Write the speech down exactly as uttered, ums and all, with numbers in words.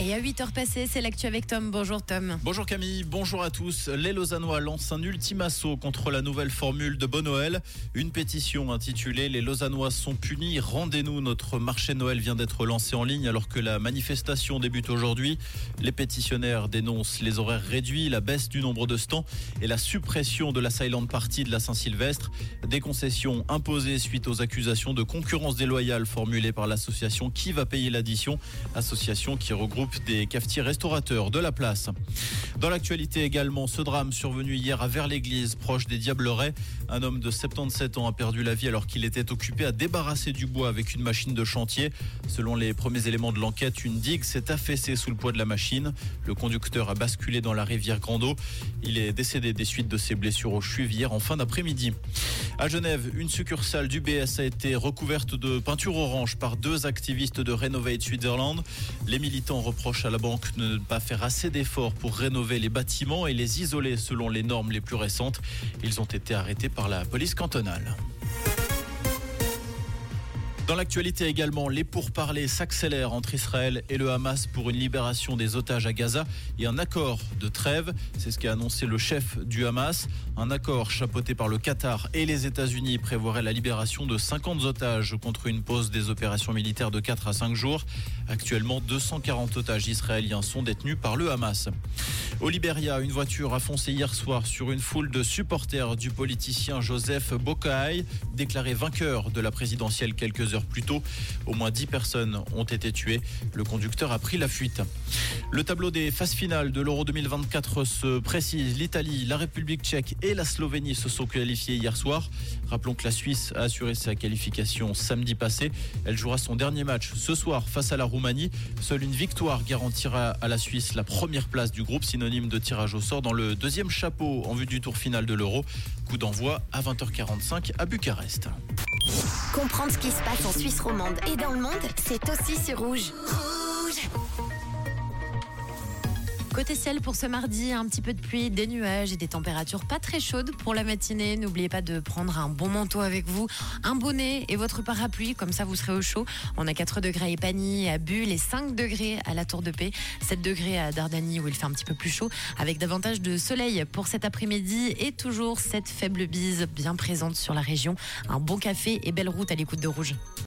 Et à huit heures passées, c'est l'actu avec Tom. Bonjour Tom. Bonjour Camille, bonjour à tous. Les Lausannois lancent un ultime assaut contre la nouvelle formule de Bon Noël. Une pétition intitulée « Les Lausannois sont punis, rendez-nous ». Notre marché de Noël vient d'être lancé en ligne alors que la manifestation débute aujourd'hui. Les pétitionnaires dénoncent les horaires réduits, la baisse du nombre de stands et la suppression de la Silent Party de la Saint-Sylvestre. Des concessions imposées suite aux accusations de concurrence déloyale formulées par l'association Qui va payer l'addition, association qui regroupe des cafetiers restaurateurs de la place. Dans l'actualité également, ce drame survenu hier à Vers-l'Église, proche des Diablerets. Un homme de soixante-dix-sept ans a perdu la vie alors qu'il était occupé à débarrasser du bois avec une machine de chantier. Selon les premiers éléments de l'enquête, une digue s'est affaissée sous le poids de la machine. Le conducteur a basculé dans la rivière Grando. Il est décédé des suites de ses blessures aux chevilles hier en fin d'après-midi. À Genève, une succursale d'U B S a été recouverte de peinture orange par deux activistes de Renovate Switzerland. Les militants reprochent à la banque de ne pas faire assez d'efforts pour rénover les bâtiments et les isoler selon les normes les plus récentes. Ils ont été arrêtés par la police cantonale. Dans l'actualité également, les pourparlers s'accélèrent entre Israël et le Hamas pour une libération des otages à Gaza et un accord de trêve. C'est ce qu'a annoncé le chef du Hamas. Un accord chapeauté par le Qatar et les États-Unis prévoirait la libération de cinquante otages contre une pause des opérations militaires de quatre à cinq jours. Actuellement, deux cent quarante otages israéliens sont détenus par le Hamas. Au Libéria, une voiture a foncé hier soir sur une foule de supporters du politicien Joseph Boakai, déclaré vainqueur de la présidentielle quelques heures plus tôt. Au moins dix personnes ont été tuées. Le conducteur a pris la fuite. Le tableau des phases finales de l'Euro deux mille vingt-quatre se précise. L'Italie, la République tchèque et la Slovénie se sont qualifiées hier soir. Rappelons que la Suisse a assuré sa qualification samedi passé. Elle jouera son dernier match ce soir face à la Roumanie. Seule une victoire garantira à la Suisse la première place du groupe, synonyme de tirage au sort dans le deuxième chapeau en vue du tour final de l'Euro. Coup d'envoi à vingt heures quarante-cinq à Bucarest. Comprendre ce qui se passe en Suisse romande et dans le monde, c'est aussi sur Rouge. Rouge. Côté ciel pour ce mardi, un petit peu de pluie, des nuages et des températures pas très chaudes pour la matinée. N'oubliez pas de prendre un bon manteau avec vous, un bonnet et votre parapluie, comme ça vous serez au chaud. On a quatre degrés à Épagny, à Bulle et cinq degrés à la Tour de Paix, sept degrés à Dardani où il fait un petit peu plus chaud, avec davantage de soleil pour cet après-midi et toujours cette faible bise bien présente sur la région. Un bon café et belle route à l'écoute de Rouge.